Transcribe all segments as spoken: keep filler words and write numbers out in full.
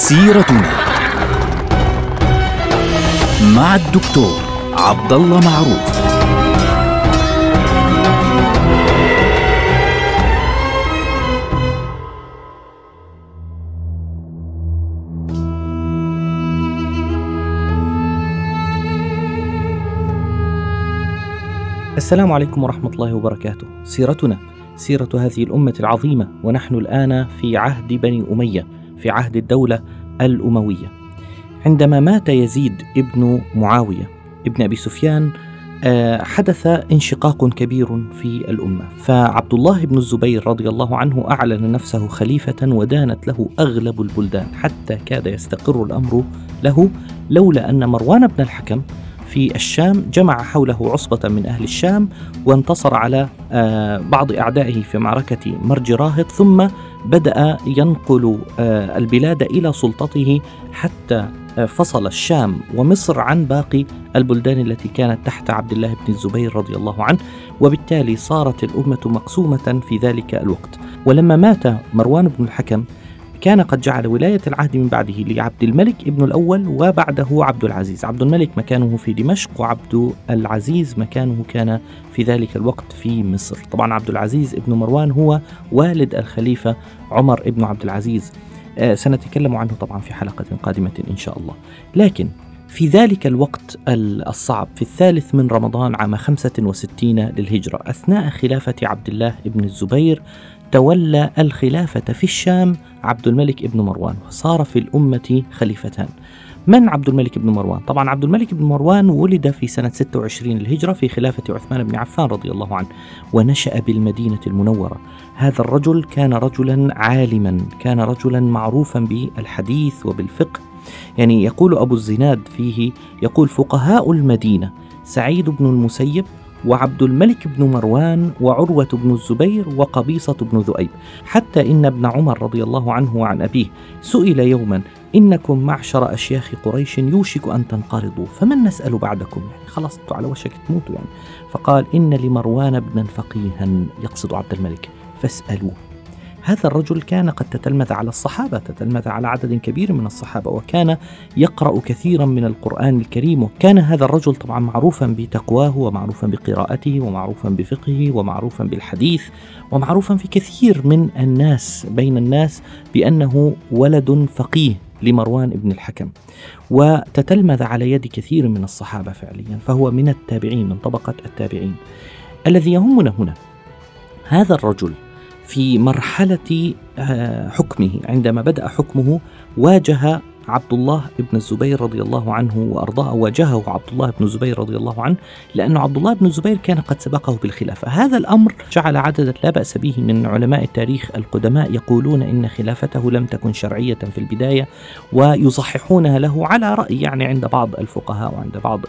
سيرتنا مع الدكتور عبد الله معروف. السلام عليكم ورحمة الله وبركاته. سيرتنا سيرة هذه الأمة العظيمة، ونحن الآن في عهد بني أمية، في عهد الدولة الأموية. عندما مات يزيد ابن معاوية ابن أبي سفيان حدث انشقاق كبير في الأمة، فعبد الله بن الزبير رضي الله عنه أعلن نفسه خليفة ودانت له أغلب البلدان، حتى كاد يستقر الأمر له لولا أن مروان بن الحكم في الشام جمع حوله عصبة من أهل الشام وانتصر على بعض أعدائه في معركة مرج راهط، ثم بدأ ينقل البلاد إلى سلطته حتى فصل الشام ومصر عن باقي البلدان التي كانت تحت عبد الله بن الزبير رضي الله عنه، وبالتالي صارت الأمة مقسومة في ذلك الوقت. ولما مات مروان بن الحكم كان قد جعل ولاية العهد من بعده لعبد الملك ابن الأول وبعده عبد العزيز. عبد الملك مكانه في دمشق، وعبد العزيز مكانه كان في ذلك الوقت في مصر. طبعا عبد العزيز ابن مروان هو والد الخليفة عمر ابن عبد العزيز، آه سنتكلم عنه طبعا في حلقة قادمة إن شاء الله. لكن في ذلك الوقت الصعب، في الثالث من رمضان عام خمسة وستين للهجرة، أثناء خلافة عبد الله ابن الزبير، تولى الخلافة في الشام عبد الملك ابن مروان، وصار في الأمة خليفتان. من عبد الملك ابن مروان؟ طبعا عبد الملك ابن مروان ولد في سنة ستة وعشرين للهجرة في خلافة عثمان بن عفان رضي الله عنه، ونشأ بالمدينة المنورة. هذا الرجل كان رجلا عالما، كان رجلا معروفا بالحديث وبالفقه. يعني يقول أبو الزناد فيه، يقول: فقهاء المدينة سعيد بن المسيب وعبد الملك بن مروان وعروة بن الزبير وقبيصة بن ذؤيب، حتى إن ابن عمر رضي الله عنه وعن أبيه سئل يوما: إنكم معشر أشياخ قريش يوشك أن تنقرضوا، فمن نسأل بعدكم؟ يعني خلاص أنتوا على وشك تموتوا يعني. فقال: إن لمروان ابنا فقيها، يقصد عبد الملك، فاسألوه. هذا الرجل كان قد تتلمذ على الصحابة، تتلمذ على عدد كبير من الصحابة، وكان يقرأ كثيرا من القرآن الكريم. وكان هذا الرجل طبعا معروفا بتقواه ومعروفا بقراءته ومعروفا بفقهه ومعروفا بالحديث ومعروفا في كثير من الناس بين الناس بأنه ولد فقيه لمروان ابن الحكم، وتتلمذ على يد كثير من الصحابة فعليا، فهو من التابعين، من طبقة التابعين. الذي يهمنا هنا هذا الرجل في مرحلة حكمه، عندما بدأ حكمه واجه عبد الله بن الزبير رضي الله عنه وأرضاه، واجهه عبد الله بن الزبير رضي الله عنه، لأن عبد الله بن الزبير كان قد سبقه بالخلافة. هذا الأمر جعل عددا لا بأس به من علماء التاريخ القدماء يقولون إن خلافته لم تكن شرعية في البداية، ويصححونها له على رأي يعني عند بعض الفقهاء وعند بعض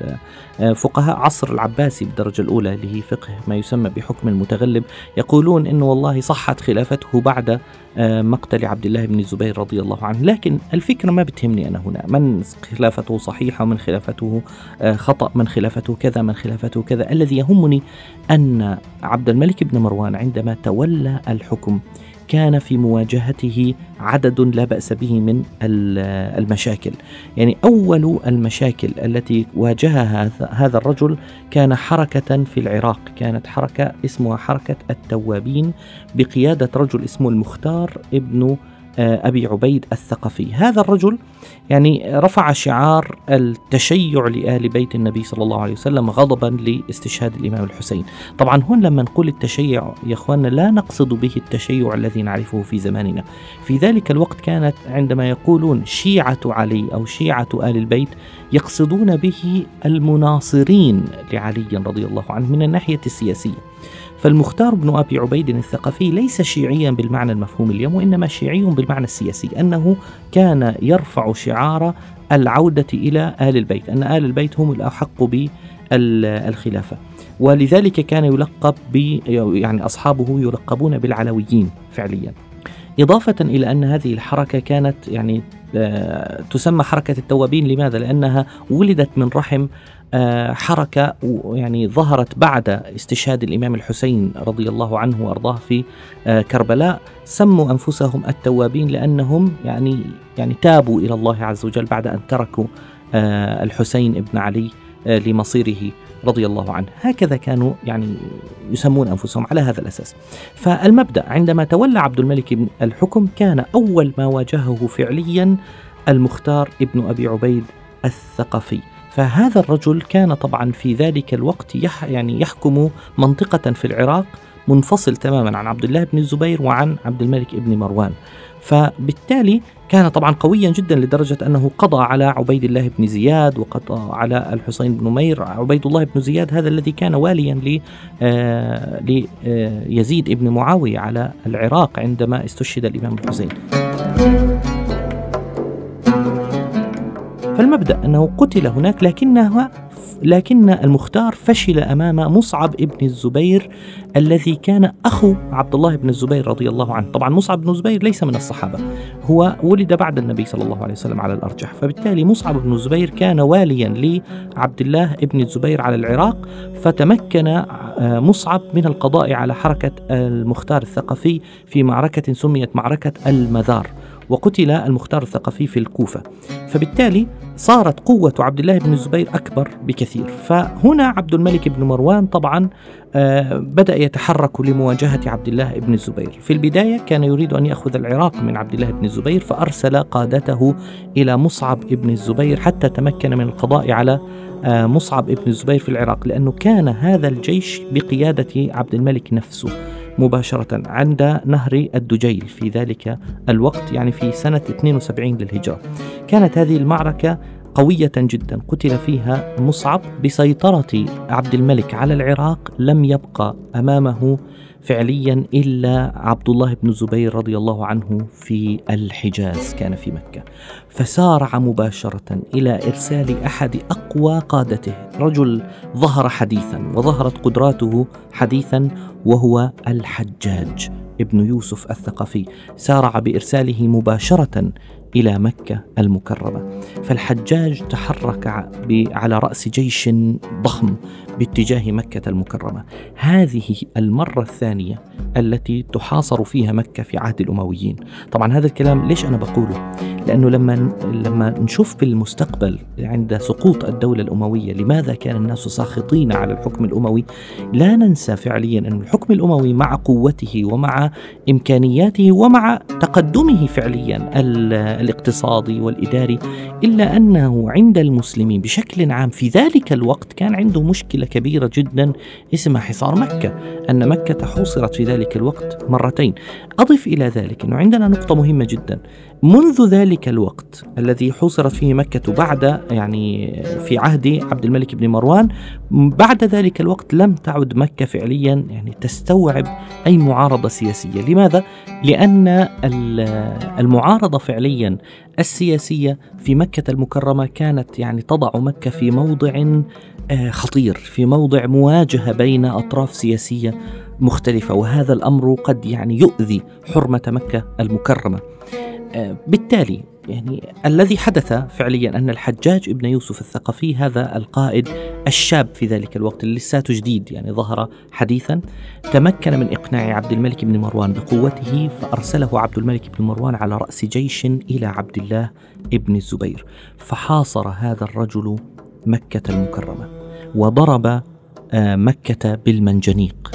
فقهاء عصر العباسي بالدرجة الأولى، اللي هي فقه ما يسمى بحكم المتغلب، يقولون إنه والله صحت خلافته بعد مقتل عبد الله بن الزبير رضي الله عنه. لكن الفكرة ما بتهمني أنا هنا من خلافته صحيحة ومن خلافته خطأ، من خلافته كذا من خلافته كذا. الذي يهمني أن عبد الملك بن مروان عندما تولى الحكم كان في مواجهته عدد لا بأس به من المشاكل. يعني أول المشاكل التي واجهها هذا الرجل كان حركة في العراق، كانت حركة اسمها حركة التوابين بقيادة رجل اسمه المختار ابن أبي عبيد الثقفي. هذا الرجل يعني رفع شعار التشيع لآل بيت النبي صلى الله عليه وسلم غضبا لاستشهاد الإمام الحسين. طبعا هون لما نقول التشيع يا أخواننا لا نقصد به التشيع الذي نعرفه في زماننا. في ذلك الوقت كانت عندما يقولون شيعة علي أو شيعة آل البيت يقصدون به المناصرين لعلي رضي الله عنه من الناحية السياسية. فالمختار بن أبي عبيد الثقفي ليس شيعيا بالمعنى المفهوم اليوم، وإنما شيعي بالمعنى السياسي، أنه كان يرفع شعار العودة إلى آل البيت، أن آل البيت هم الأحق بالخلافة، ولذلك كان يلقب ب يعني أصحابه يلقبون بالعلويين فعليا. إضافة إلى أن هذه الحركة كانت يعني تسمى حركة التوابين. لماذا؟ لأنها ولدت من رحم حركة يعني ظهرت بعد استشهاد الإمام الحسين رضي الله عنه وأرضاه في كربلاء. سموا أنفسهم التوابين لأنهم يعني يعني تابوا إلى الله عز وجل بعد أن تركوا الحسين ابن علي لمصيره رضي الله عنه. هكذا كانوا يعني يسمون أنفسهم على هذا الأساس. فالمبدأ عندما تولى عبد الملك الحكم كان أول ما واجهه فعليا المختار ابن أبي عبيد الثقفي. فهذا الرجل كان طبعا في ذلك الوقت يح يعني يحكم منطقة في العراق منفصل تماما عن عبد الله بن الزبير وعن عبد الملك بن مروان. فبالتالي كان طبعا قويا جدا لدرجة أنه قضى على عبيد الله بن زياد وقضى على الحسين بن نمير. عبيد الله بن زياد هذا الذي كان واليا ليزيد بن معاوية على العراق عندما استشهد الإمام الحسين. فالمبدأ أنه قتل هناك، لكنه لكن المختار فشل أمام مصعب ابن الزبير الذي كان أخو عبد الله بن الزبير رضي الله عنه. طبعا مصعب بن الزبير ليس من الصحابة، هو ولد بعد النبي صلى الله عليه وسلم على الأرجح. فبالتالي مصعب بن الزبير كان واليا لعبد الله بن الزبير على العراق، فتمكن مصعب من القضاء على حركة المختار الثقفي في معركة سميت معركة المذار، وقتل المختار الثقفي في الكوفة. فبالتالي صارت قوة عبد الله بن الزبير أكبر بكثير. فهنا عبد الملك بن مروان طبعا بدأ يتحرك لمواجهة عبد الله بن الزبير. في البداية كان يريد أن يأخذ العراق من عبد الله بن الزبير، فأرسل قادته إلى مصعب بن الزبير حتى تمكن من القضاء على مصعب بن الزبير في العراق، لأنه كان هذا الجيش بقيادة عبد الملك نفسه مباشرة عند نهر الدجيل في ذلك الوقت، يعني في سنة اثنين وسبعين للهجرة. كانت هذه المعركة قوية جدا، قتل فيها مصعب. بسيطرة عبد الملك على العراق لم يبقى أمامه فعليا إلا عبد الله بن الزبير رضي الله عنه في الحجاز، كان في مكة. فسارع مباشرة إلى إرسال أحد أقوى قادته، رجل ظهر حديثا وظهرت قدراته حديثا، وهو الحجاج ابن يوسف الثقفي. سارع بإرساله مباشرة إلى مكة المكرمة. فالحجاج تحرك على رأس جيش ضخم باتجاه مكة المكرمة. هذه المرة الثانية التي تحاصر فيها مكة في عهد الأمويين. طبعا هذا الكلام ليش أنا بقوله؟ لأنه لما لما نشوف بالمستقبل عند سقوط الدولة الأموية لماذا كان الناس ساخطين على الحكم الأموي، لا ننسى فعليا أن الحكم الأموي مع قوته ومع إمكانياته ومع تقدمه فعليا الاقتصادي والإداري، إلا أنه عند المسلمين بشكل عام في ذلك الوقت كان عنده مشكلة كبيرة جدا اسمها حصار مكة، أن مكة حوصرت في ذلك الوقت مرتين. أضف إلى ذلك أنه عندنا نقطة مهمة جدا. منذ ذلك الوقت الذي حوصرت فيه مكة بعد يعني في عهد عبد الملك بن مروان، بعد ذلك الوقت لم تعد مكة فعليا يعني تستوعب أي معارضة سياسية. لماذا؟ لأن المعارضة فعليا السياسية في مكة المكرمة كانت يعني تضع مكة في موضع خطير، في موضع مواجهة بين أطراف سياسية مختلفة، وهذا الأمر قد يعني يؤذي حرمة مكة المكرمة. بالتالي يعني الذي حدث فعليا أن الحجاج ابن يوسف الثقفي، هذا القائد الشاب في ذلك الوقت اللي لساته جديد يعني ظهر حديثا، تمكن من إقناع عبد الملك بن مروان بقوته، فأرسله عبد الملك بن مروان على رأس جيش إلى عبد الله ابن الزبير. فحاصر هذا الرجل مكة المكرمة وضرب مكة بالمنجنيق،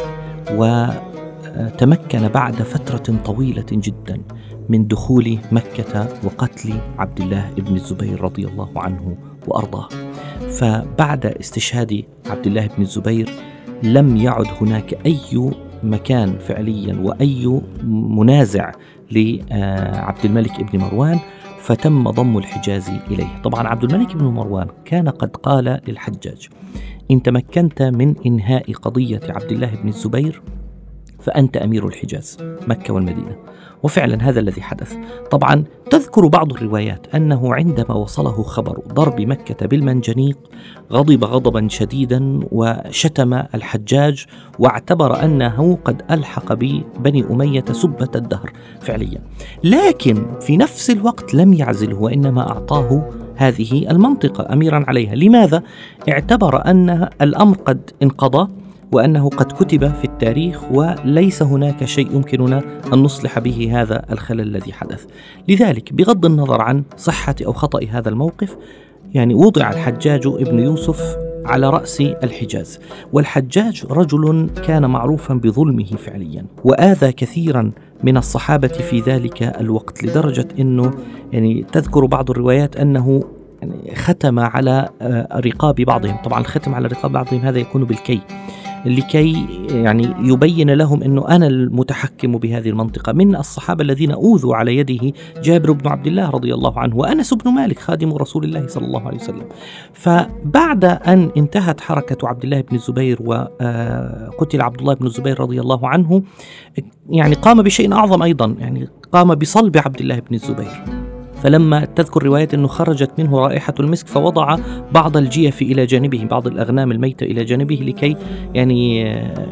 وتمكن بعد فترة طويلة جدا من دخول مكة وقتل عبد الله بن الزبير رضي الله عنه وأرضاه. فبعد استشهاد عبد الله بن الزبير لم يعد هناك أي مكان فعليا وأي منازع لعبد الملك بن مروان، فتم ضم الحجاز إليه. طبعا عبد الملك بن مروان كان قد قال للحجاج: إن تمكنت من إنهاء قضية عبد الله بن الزبير فأنت أمير الحجاز مكة والمدينة. وفعلا هذا الذي حدث. طبعا تذكر بعض الروايات أنه عندما وصله خبر ضرب مكة بالمنجنيق غضب غضبا شديدا وشتم الحجاج، واعتبر أنه قد ألحق ببني أمية سبة الدهر فعليا. لكن في نفس الوقت لم يعزله، وإنما أعطاه هذه المنطقة أميرا عليها. لماذا؟ اعتبر أن الأمر قد انقضى، وأنه قد كتب في التاريخ، وليس هناك شيء يمكننا أن نصلح به هذا الخلل الذي حدث. لذلك بغض النظر عن صحة أو خطأ هذا الموقف، يعني وضع الحجاج ابن يوسف على رأس الحجاز. والحجاج رجل كان معروفا بظلمه فعليا، وآذى كثيرا من الصحابة في ذلك الوقت، لدرجة أنه يعني تذكر بعض الروايات أنه يعني ختم على رقاب بعضهم. طبعا الختم على رقاب بعضهم هذا يكون بالكي، لكي يعني يبين لهم أنه أنا المتحكم بهذه المنطقة. من الصحابة الذين أوذوا على يده جابر بن عبد الله رضي الله عنه، وأنس بن مالك خادم رسول الله صلى الله عليه وسلم. فبعد أن انتهت حركة عبد الله بن الزبير وقتل عبد الله بن الزبير رضي الله عنه، يعني قام بشيء أعظم أيضا، يعني قام بصلب عبد الله بن الزبير. فلما تذكر رواية أنه خرجت منه رائحة المسك فوضع بعض الجيف إلى جانبه، بعض الأغنام الميتة إلى جانبه، لكي يعني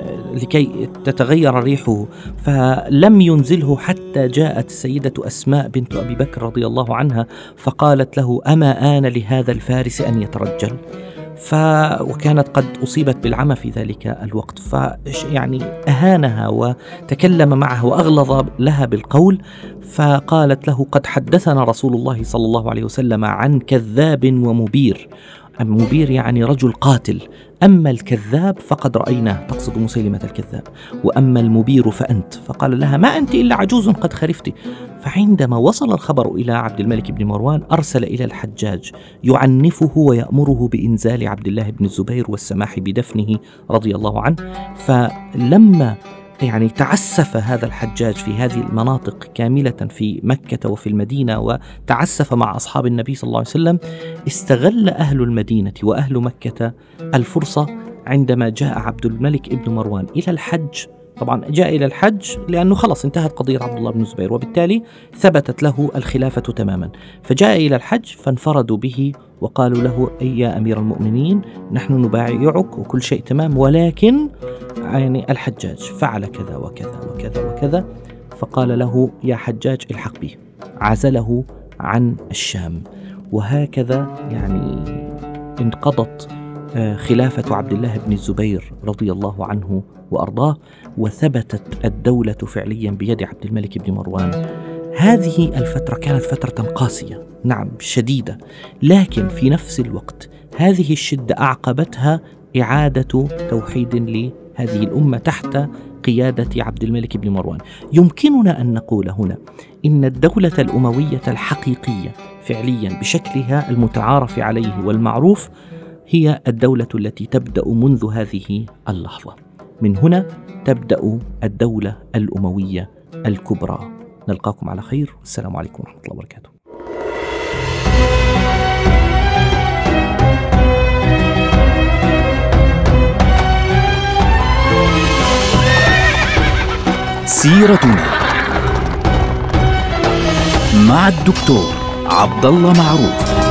لكي تتغير ريحه. فلم ينزله حتى جاءت السيدة أسماء بنت أبي بكر رضي الله عنها فقالت له: أما آن لهذا الفارس أن يترجل؟ ف وكانت قد أصيبت بالعمى في ذلك الوقت، فيعني أهانها وتكلم معها وأغلظ لها بالقول. فقالت له: قد حدثنا رسول الله صلى الله عليه وسلم عن كذاب ومبير. مبير يعني رجل قاتل، أما الكذاب فقد رأيناه، تقصد مسيلمة الكذاب، وأما المبير فأنت. فقال لها: ما أنت إلا عجوز قد خرفت. فعندما وصل الخبر إلى عبد الملك بن مروان أرسل إلى الحجاج يعنفه ويأمره بإنزال عبد الله بن الزبير والسماح بدفنه رضي الله عنه. فلما يعني تعسف هذا الحجاج في هذه المناطق كاملة في مكة وفي المدينة، وتعسف مع أصحاب النبي صلى الله عليه وسلم، استغل أهل المدينة وأهل مكة الفرصة عندما جاء عبد الملك ابن مروان إلى الحج. طبعا جاء إلى الحج لأنه خلص انتهت قضية عبد الله بن الزبير، وبالتالي ثبتت له الخلافة تماما. فجاء إلى الحج فانفردوا به وقالوا له: أي يا أمير المؤمنين، نحن نبايعك وكل شيء تمام، ولكن يعني الحجاج فعل كذا وكذا وكذا وكذا. فقال له: يا حجاج الحق به، عزله عن الشام. وهكذا يعني انقضت خلافة عبد الله بن الزبير رضي الله عنه وأرضاه، وثبتت الدولة فعليا بيد عبد الملك بن مروان. هذه الفترة كانت فترة قاسية، نعم شديدة، لكن في نفس الوقت هذه الشدة أعقبتها إعادة توحيد لهذه الأمة تحت قيادة عبد الملك بن مروان. يمكننا أن نقول هنا إن الدولة الأموية الحقيقية فعليا بشكلها المتعارف عليه والمعروف هي الدولة التي تبدأ منذ هذه اللحظة. من هنا تبدأ الدولة الأموية الكبرى. نلقاكم على خير، والسلام عليكم ورحمة الله وبركاته. سيرتنا مع الدكتور عبد الله معروف.